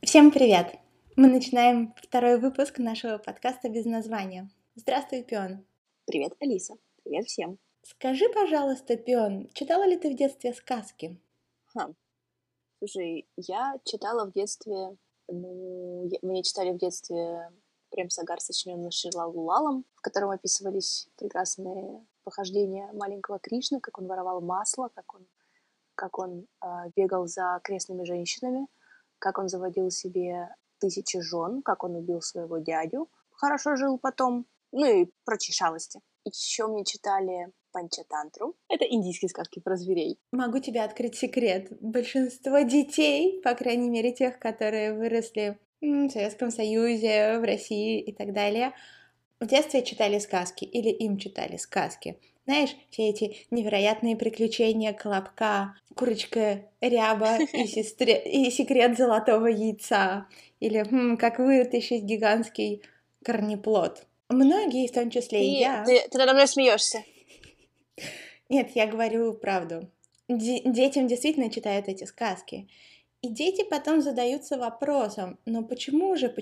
Всем привет! Мы начинаем второй выпуск нашего подкаста без названия. Здравствуй, Пион. Привет, Алиса. Привет всем. Скажи, пожалуйста, Пион, читала ли ты в детстве сказки? Слушай, я читала в детстве, мне читали в детстве Прем Сагар, сочиненный Шрилалом, в котором описывались прекрасные похождения маленького Кришны, как он воровал масло, как он бегал за крестными женщинами, как он заводил себе 1000 жен, как он убил своего дядю, хорошо жил потом, и прочие шалости. И еще мне читали Панчатантру. Это индийские сказки про зверей. Могу тебе открыть секрет. Большинство детей, по крайней мере тех, которые выросли в Советском Союзе, в России и так далее, в детстве читали сказки или им читали сказки. Знаешь, все эти невероятные приключения Колобка, Курочка Ряба и секрет золотого яйца. Или как вытащить гигантский корнеплод. Многие, в том числе и я... Ты надо мной смеешься. Нет, я говорю правду. Детям действительно читают эти сказки. И дети потом задаются вопросом, но почему же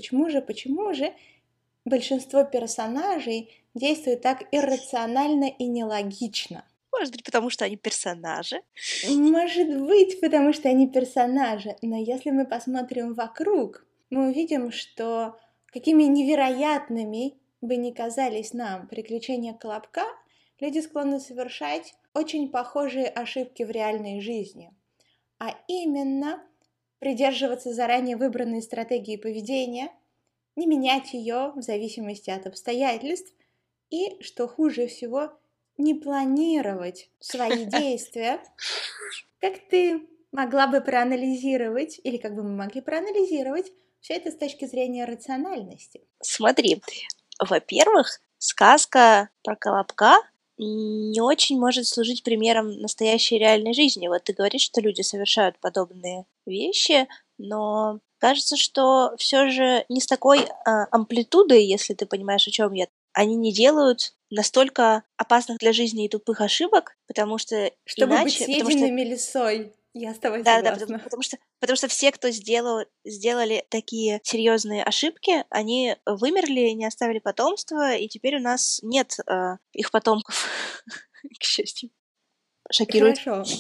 большинство персонажей действуют так иррационально и нелогично? Может быть, потому что они персонажи. Может быть, потому что они персонажи. Но если мы посмотрим вокруг, мы увидим, что какими невероятными бы ни казались нам приключения Колобка, люди склонны совершать очень похожие ошибки в реальной жизни. А именно, придерживаться заранее выбранной стратегии поведения, не менять ее в зависимости от обстоятельств и, что хуже всего, не планировать свои действия. Как ты могла бы проанализировать, или как бы мы могли проанализировать все это с точки зрения рациональности? Смотри, во-первых, сказка про Колобка не очень может служить примером настоящей реальной жизни. Вот ты говоришь, что люди совершают подобные вещи, но кажется, что все же не с такой амплитудой, если ты понимаешь, о чем я. Они не делают настолько опасных для жизни и тупых ошибок, потому что Чтобы иначе... быть съеденными лисой. Я с тобой согласна. Потому что все, кто сделали такие серьезные ошибки, они вымерли, не оставили потомства, и теперь у нас нет их потомков, к счастью. Шокирует? Хорошо.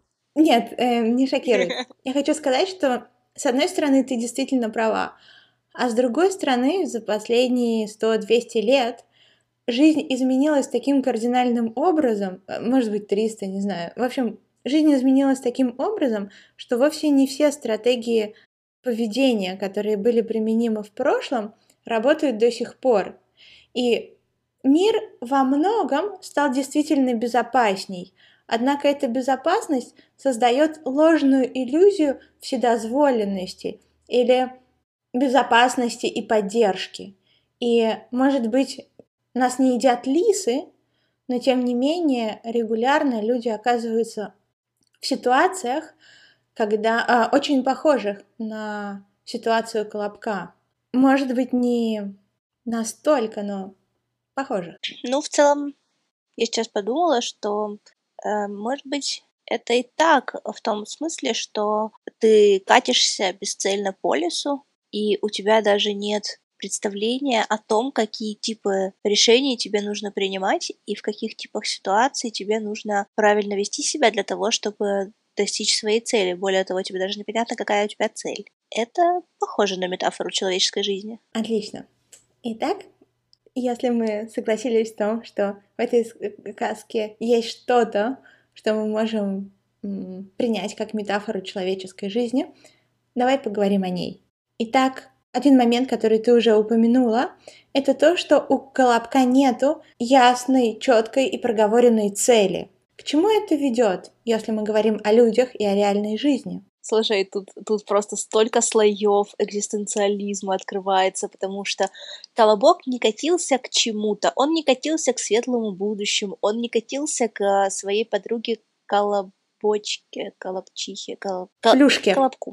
Нет, не шокирует. Я хочу сказать, что с одной стороны ты действительно права, а с другой стороны за последние 100-200 лет жизнь изменилась таким кардинальным образом, может быть 300, не знаю. В общем, жизнь изменилась таким образом, что вовсе не все стратегии поведения, которые были применимы в прошлом, работают до сих пор. И мир во многом стал действительно безопасней. Однако эта безопасность создает ложную иллюзию вседозволенности или безопасности и поддержки. И, может быть, нас не едят лисы, но тем не менее регулярно люди оказываются в ситуациях, когда очень похожих на ситуацию Колобка. Может быть, не настолько, но похожих. В целом, я сейчас подумала, что, может быть, это и так, в том смысле, что ты катишься бесцельно по лесу, и у тебя даже нет представления о том, какие типы решений тебе нужно принимать и в каких типах ситуаций тебе нужно правильно вести себя для того, чтобы достичь своей цели. Более того, тебе даже непонятно, какая у тебя цель. Это похоже на метафору человеческой жизни. Отлично. Итак, если мы согласились в том, что в этой сказке есть что-то, что мы можем принять как метафору человеческой жизни, давай поговорим о ней. Итак, один момент, который ты уже упомянула, это то, что у Колобка нету ясной, четкой и проговоренной цели. К чему это ведет, если мы говорим о людях и о реальной жизни? Слушай, тут просто столько слоев экзистенциализма открывается, потому что Колобок не катился к чему-то, он не катился к светлому будущему, он не катился к своей подруге Колобочке, Колобчихе, Плюшке.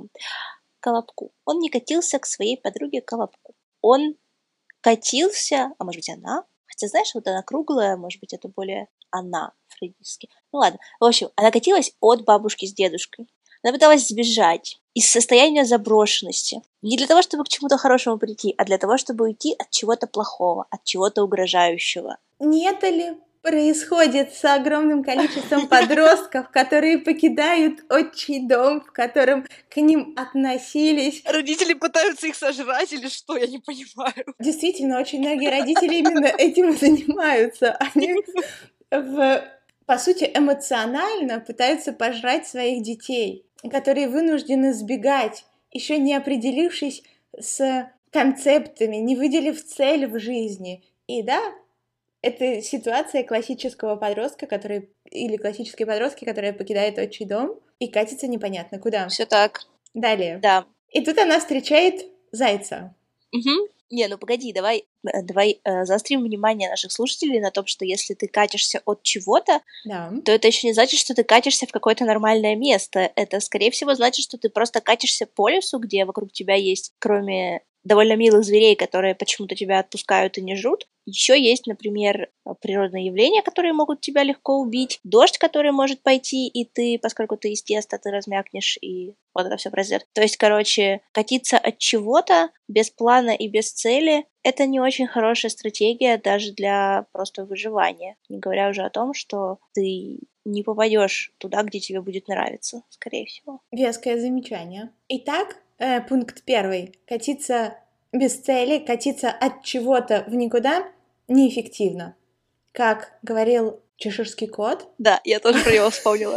Колобку. Он не катился к своей подруге Колобку. Он катился, а может быть она, хотя знаешь, вот она круглая, может быть это более она, фрейдистски. Ну ладно, в общем, она катилась от бабушки с дедушкой. Она пыталась сбежать из состояния заброшенности. Не для того, чтобы к чему-то хорошему прийти, а для того, чтобы уйти от чего-то плохого, от чего-то угрожающего. Не это ли происходит с огромным количеством подростков, которые покидают отчий дом, в котором к ним относились? Родители пытаются их сожрать или что? Я не понимаю. Действительно, очень многие родители именно этим и занимаются. Они, по сути, эмоционально пытаются пожрать своих детей, которые вынуждены сбегать, еще не определившись с концептами, не выделив цель в жизни. И да, это ситуация классического подростка, или классической подростки, которая покидает отчий дом и катится непонятно куда. Все так. Далее. Да. И тут она встречает зайца. Угу. Не, ну погоди, давай заострим внимание наших слушателей на том, что если ты катишься от чего-то, то это еще не значит, что ты катишься в какое-то нормальное место. Это, скорее всего, значит, что ты просто катишься по лесу, где вокруг тебя есть, кроме довольно милых зверей, которые почему-то тебя отпускают и не жрут. Еще есть, например, природные явления, которые могут тебя легко убить, дождь, который может пойти, и ты, поскольку ты из теста, ты размякнешь, и вот это все произойдет. То есть, короче, катиться от чего-то без плана и без цели — это не очень хорошая стратегия даже для просто выживания. Не говоря уже о том, что ты не попадешь туда, где тебе будет нравиться, скорее всего. Веское замечание. Итак, пункт 1. Катиться без цели, катиться от чего-то в никуда неэффективно. Как говорил чеширский кот. Да, я тоже про него вспомнила.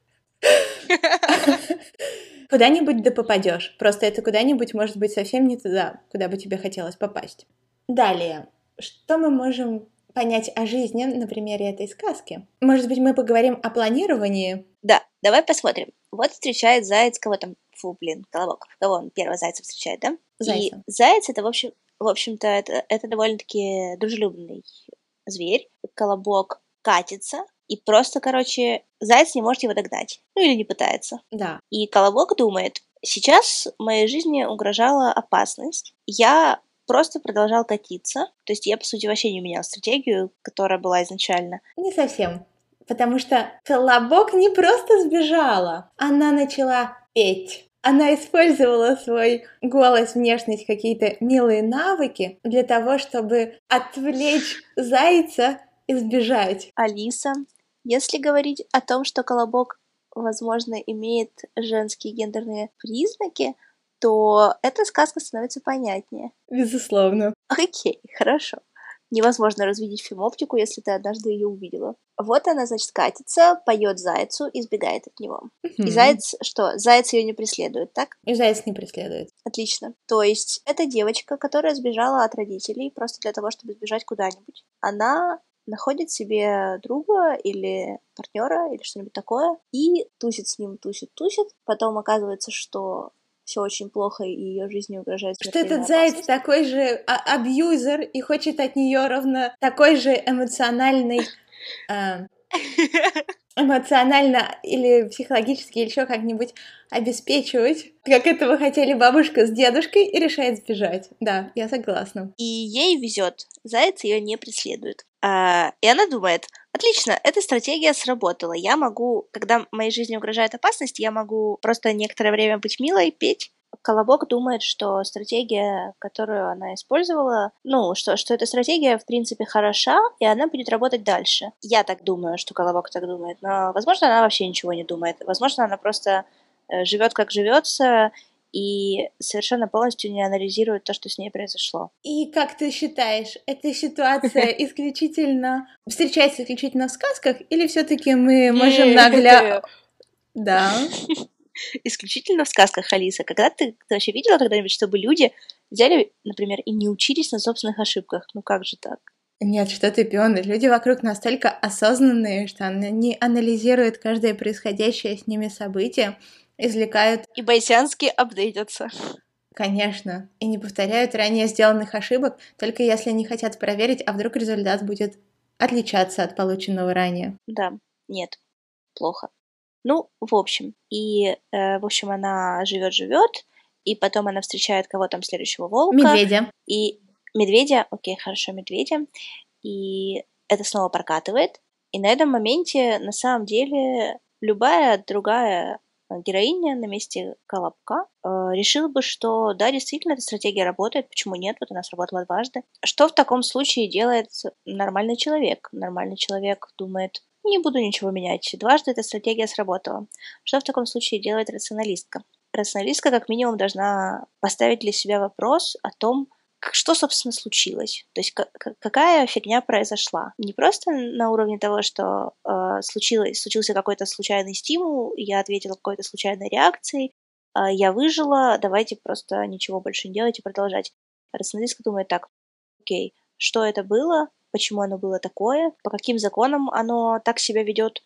Куда-нибудь да попадешь. Просто это куда-нибудь может быть совсем не туда, куда бы тебе хотелось попасть. Далее. Что мы можем понять о жизни на примере этой сказки? Может быть, мы поговорим о планировании? Да, давай посмотрим. Вот встречает заяц кого-то, Колобок. Кого он первого зайца встречает, да? Зайца. И заяц — это, в общем-то, это довольно-таки дружелюбный зверь. Колобок катится, и просто, короче, заяц не может его догнать. Ну, или не пытается. Да. И Колобок думает, сейчас моей жизни угрожала опасность. Я просто продолжал катиться. То есть я, по сути, вообще не менял стратегию, которая была изначально. Не совсем. Потому что Колобок не просто сбежала. Она начала петь. Она использовала свой голос, внешность, какие-то милые навыки для того, чтобы отвлечь зайца и сбежать. Алиса, если говорить о том, что Колобок, возможно, имеет женские гендерные признаки, то эта сказка становится понятнее. Безусловно. Окей, хорошо. Невозможно развидеть фемоптику, если ты однажды ее увидела. Вот она, значит, катится, поет зайцу и сбегает от него. И заяц что? Заяц ее не преследует, так? И заяц не преследует. Отлично. То есть это девочка, которая сбежала от родителей просто для того, чтобы сбежать куда-нибудь. Она находит себе друга или партнера или что-нибудь такое и тусит с ним, тусит. Потом оказывается, что все очень плохо, и ее жизни угрожает Что смертельная этот заяц опасность. такой же абьюзер и хочет от нее ровно такой же эмоционально или психологически, или еще как-нибудь обеспечивать, как этого хотели бабушка с дедушкой, и решает сбежать. Да, я согласна. И ей везет, заяц ее не преследует. И она думает, отлично, эта стратегия сработала. Я могу, когда моей жизни угрожает опасность, я могу просто некоторое время быть милой, петь. Колобок думает, что стратегия, которую она использовала, что эта стратегия, в принципе, хороша, и она будет работать дальше. Я так думаю, что Колобок так думает, но, возможно, она вообще ничего не думает. Возможно, она просто живет как живется и совершенно полностью не анализирует то, что с ней произошло. И как ты считаешь, эта ситуация встречается исключительно в сказках, или все-таки мы можем Да. Исключительно в сказках, Алиса. Когда ты вообще видела когда-нибудь, чтобы люди взяли, например, и не учились на собственных ошибках? Ну как же так? Нет, что ты, пионы. Люди вокруг настолько осознанные, что они анализируют каждое происходящее с ними событие, извлекают... И байсянски апдейтятся. Конечно. И не повторяют ранее сделанных ошибок, только если они хотят проверить, а вдруг результат будет отличаться от полученного ранее. Да, нет, плохо. Ну, в общем, она живет, и потом она встречает кого там следующего волка. Медведя. И медведя, окей, хорошо, медведя. И это снова прокатывает. И на этом моменте, на самом деле, любая другая героиня на месте Колобка решила бы, что да, действительно, эта стратегия работает, почему нет, вот она сработала дважды. Что в таком случае делает нормальный человек? Нормальный человек думает, не буду ничего менять, дважды эта стратегия сработала. Что в таком случае делает рационалистка? Рационалистка как минимум должна поставить для себя вопрос о том, что, собственно, случилось? То есть какая фигня произошла? Не просто на уровне того, что случился какой-то случайный стимул, я ответила какой-то случайной реакцией, я выжила, давайте просто ничего больше не делать и продолжать. Рационалистка думает так, окей, что это было, почему оно было такое, по каким законам оно так себя ведет.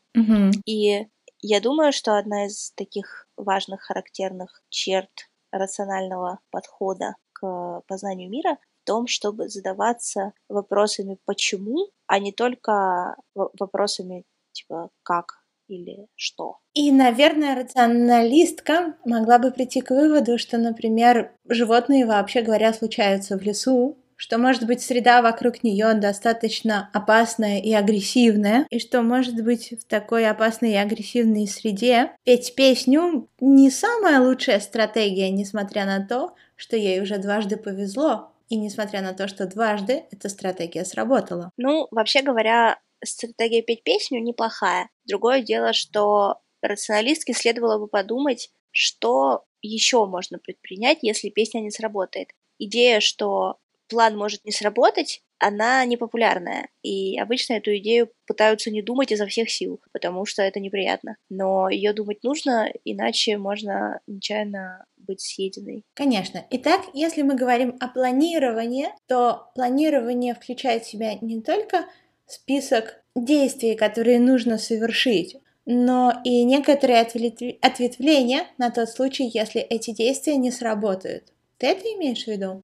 И я думаю, что одна из таких важных характерных черт рационального подхода к познанию мира в том, чтобы задаваться вопросами «почему», а не только вопросами типа «как» или «что». И, наверное, рационалистка могла бы прийти к выводу, что, например, животные, вообще говоря, случаются в лесу, что, может быть, среда вокруг нее достаточно опасная и агрессивная, и что, может быть, в такой опасной и агрессивной среде петь песню не самая лучшая стратегия, несмотря на то, что ей уже дважды повезло, и несмотря на то, что дважды эта стратегия сработала. Ну, вообще говоря, стратегия петь песню неплохая. Другое дело, что рационалистке следовало бы подумать, что еще можно предпринять, если песня не сработает. Идея, что план может не сработать, она непопулярная. И обычно эту идею пытаются не думать изо всех сил, потому что это неприятно. Но ее думать нужно, иначе можно нечаянно быть съеденной. Конечно. Итак, если мы говорим о планировании, то планирование включает в себя не только список действий, которые нужно совершить, но и некоторые ответвления на тот случай, если эти действия не сработают. Ты это имеешь в виду?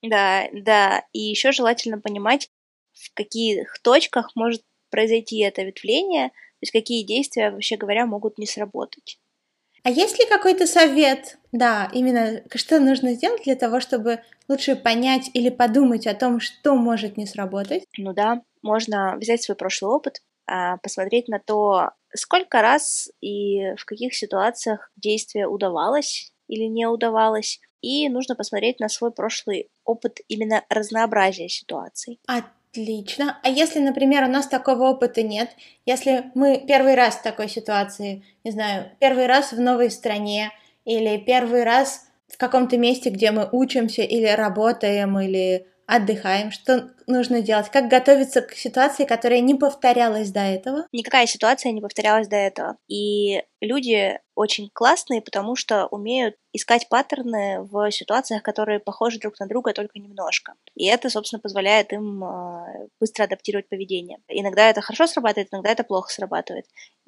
Да. И еще желательно понимать, в каких точках может произойти это ветвление, то есть какие действия, вообще говоря, могут не сработать. А есть ли какой-то совет, да, именно что нужно сделать для того, чтобы лучше понять или подумать о том, что может не сработать? Ну да, можно взять свой прошлый опыт, посмотреть на то, сколько раз и в каких ситуациях действие удавалось или не удавалось, и нужно посмотреть на свой прошлый опыт именно разнообразия ситуаций. Отлично. А если, например, у нас такого опыта нет, если мы первый раз в такой ситуации, не знаю, первый раз в новой стране или первый раз в каком-то месте, где мы учимся или работаем, или отдыхаем, что нужно делать? Как готовиться к ситуации, которая не повторялась до этого? Никакая ситуация не повторялась до этого. И люди очень классные, потому что умеют искать паттерны в ситуациях, которые похожи друг на друга только немножко. И это, собственно, позволяет им быстро адаптировать поведение. Иногда это хорошо срабатывает, иногда это плохо срабатывает.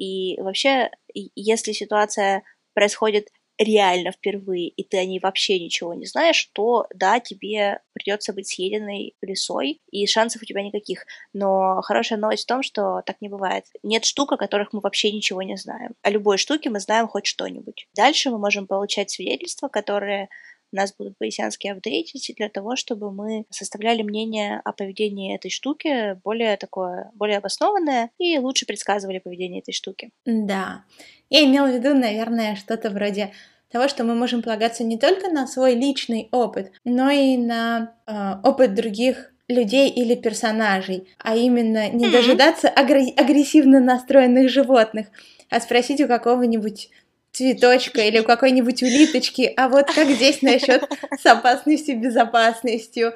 И вообще, если ситуация происходит реально впервые, и ты о ней вообще ничего не знаешь, то да, тебе придется быть съеденной лисой, и шансов у тебя никаких. Но хорошая новость в том, что так не бывает. Нет штук, о которых мы вообще ничего не знаем. О любой штуке мы знаем хоть что-нибудь. Дальше мы можем получать свидетельства, которые нас будут bayesianски апдейтить для того, чтобы мы составляли мнение о поведении этой штуки более обоснованное и лучше предсказывали поведение этой штуки. Да. Я имела в виду, наверное, что-то вроде того, что мы можем полагаться не только на свой личный опыт, но и на опыт других людей или персонажей, а именно не дожидаться агрессивно настроенных животных, а спросить у какого-нибудь цветочка или у какой-нибудь улиточки, а вот как здесь насчет с опасностью, безопасностью,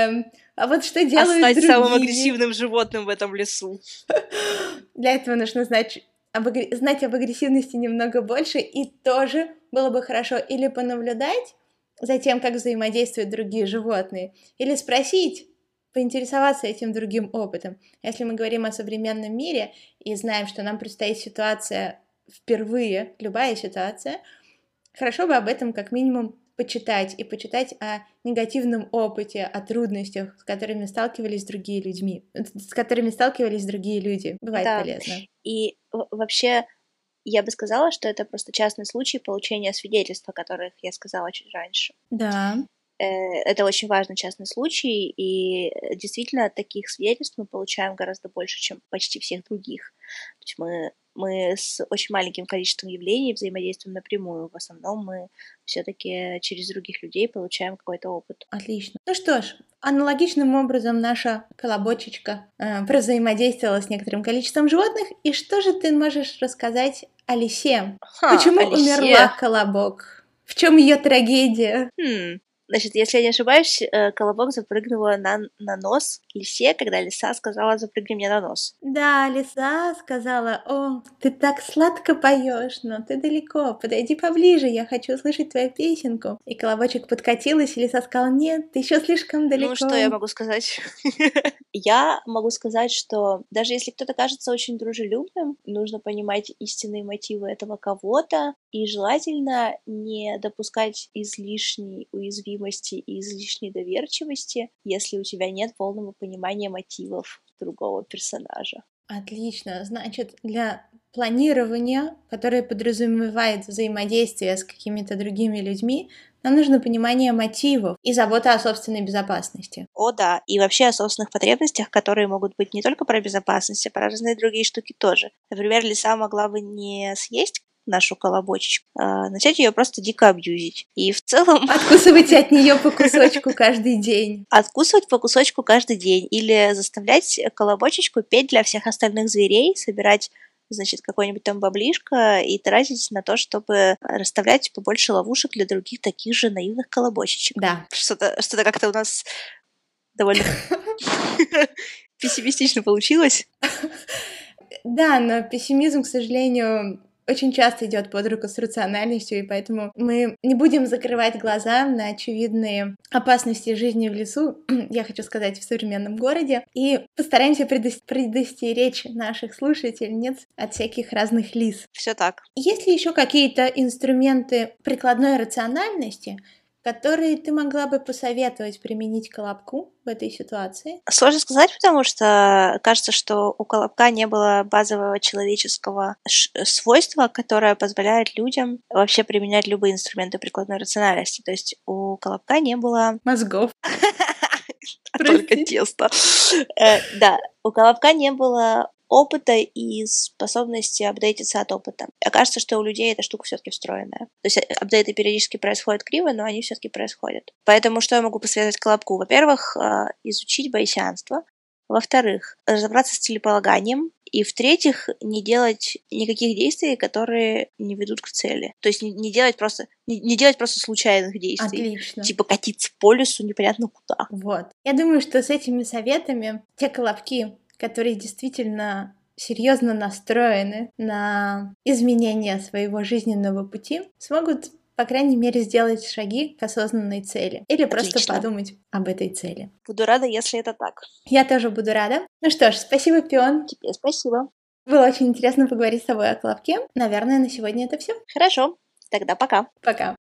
а вот что делают стать другие? самым агрессивным животным в этом лесу. Для этого нужно знать об агрессивности немного больше, и тоже было бы хорошо или понаблюдать за тем, как взаимодействуют другие животные, или спросить, поинтересоваться этим другим опытом. Если мы говорим о современном мире и знаем, что нам предстоит ситуация впервые, любая ситуация, хорошо бы об этом как минимум почитать и почитать о негативном опыте, о трудностях, с которыми сталкивались другие люди. Бывает полезно. И вообще я бы сказала, что это просто частный случай получения свидетельств, о которых я сказала чуть раньше. Да. Это очень важный частный случай, и действительно таких свидетельств мы получаем гораздо больше, чем почти всех других. То есть мы мы с очень маленьким количеством явлений взаимодействуем напрямую. В основном мы все-таки через других людей получаем какой-то опыт. Отлично. Ну что ж, аналогичным образом наша колобочечка взаимодействовала с некоторым количеством животных. И что же ты можешь рассказать о лисе? Почему умерла колобок? В чем ее трагедия? Значит, если я не ошибаюсь, колобок запрыгнула на нос лисе, когда лиса сказала: «Запрыгни мне на нос». Да, лиса сказала: «О, ты так сладко поешь, но ты далеко, подойди поближе, я хочу услышать твою песенку». И колобочек подкатилась, и лиса сказала: «Нет, ты еще слишком далеко». Ну, что я могу сказать? Я могу сказать, что даже если кто-то кажется очень дружелюбным, нужно понимать истинные мотивы этого кого-то, и желательно не допускать излишней уязвимости и излишней доверчивости, если у тебя нет полного понимания мотивов другого персонажа. Отлично. Значит, для планирования, которое подразумевает взаимодействие с какими-то другими людьми, нам нужно понимание мотивов и забота о собственной безопасности. О, да. И вообще о собственных потребностях, которые могут быть не только про безопасность, а про разные другие штуки тоже. Например, лиса могла бы не съесть нашу колобочечку, а начать ее просто дико абьюзить. И в целом... Откусывать от нее по кусочку каждый день. Откусывать по кусочку каждый день. Или заставлять колобочечку петь для всех остальных зверей, собирать, значит, какой-нибудь там баблишко и тратить на то, чтобы расставлять побольше ловушек для других таких же наивных колобочечек. Да. Что-то как-то у нас довольно пессимистично получилось. Да, но пессимизм, к сожалению, очень часто идет под руку с рациональностью, и поэтому мы не будем закрывать глаза на очевидные опасности жизни в лесу, я хочу сказать, в современном городе, и постараемся предостеречь наших слушательниц от всяких разных лис. Все так. Есть ли еще какие-то инструменты прикладной рациональности, которые ты могла бы посоветовать применить колобку в этой ситуации? Сложно сказать, потому что кажется, что у колобка не было базового человеческого свойства, которое позволяет людям вообще применять любые инструменты прикладной рациональности. То есть у колобка не было... Мозгов. Только тесто. Да, у колобка не было опыта и способности апдейтиться от опыта. Окажется, что у людей эта штука все-таки встроенная. То есть апдейты периодически происходят криво, но они все-таки происходят. Поэтому что я могу посоветовать колобку? Во-первых, изучить байсианство. Во-вторых, разобраться с целеполаганием. И в-третьих, не делать никаких действий, которые не ведут к цели. То есть не делать просто случайных действий. Отлично. Типа катиться по лесу непонятно куда. Вот. Я думаю, что с этими советами те колобки, которые действительно серьезно настроены на изменение своего жизненного пути, смогут, по крайней мере, сделать шаги к осознанной цели. Или просто подумать об этой цели. Буду рада, если это так. Я тоже буду рада. Ну что ж, спасибо, Пион. Тебе спасибо. Было очень интересно поговорить с тобой о колобке. Наверное, на сегодня это все. Хорошо. Тогда пока. Пока.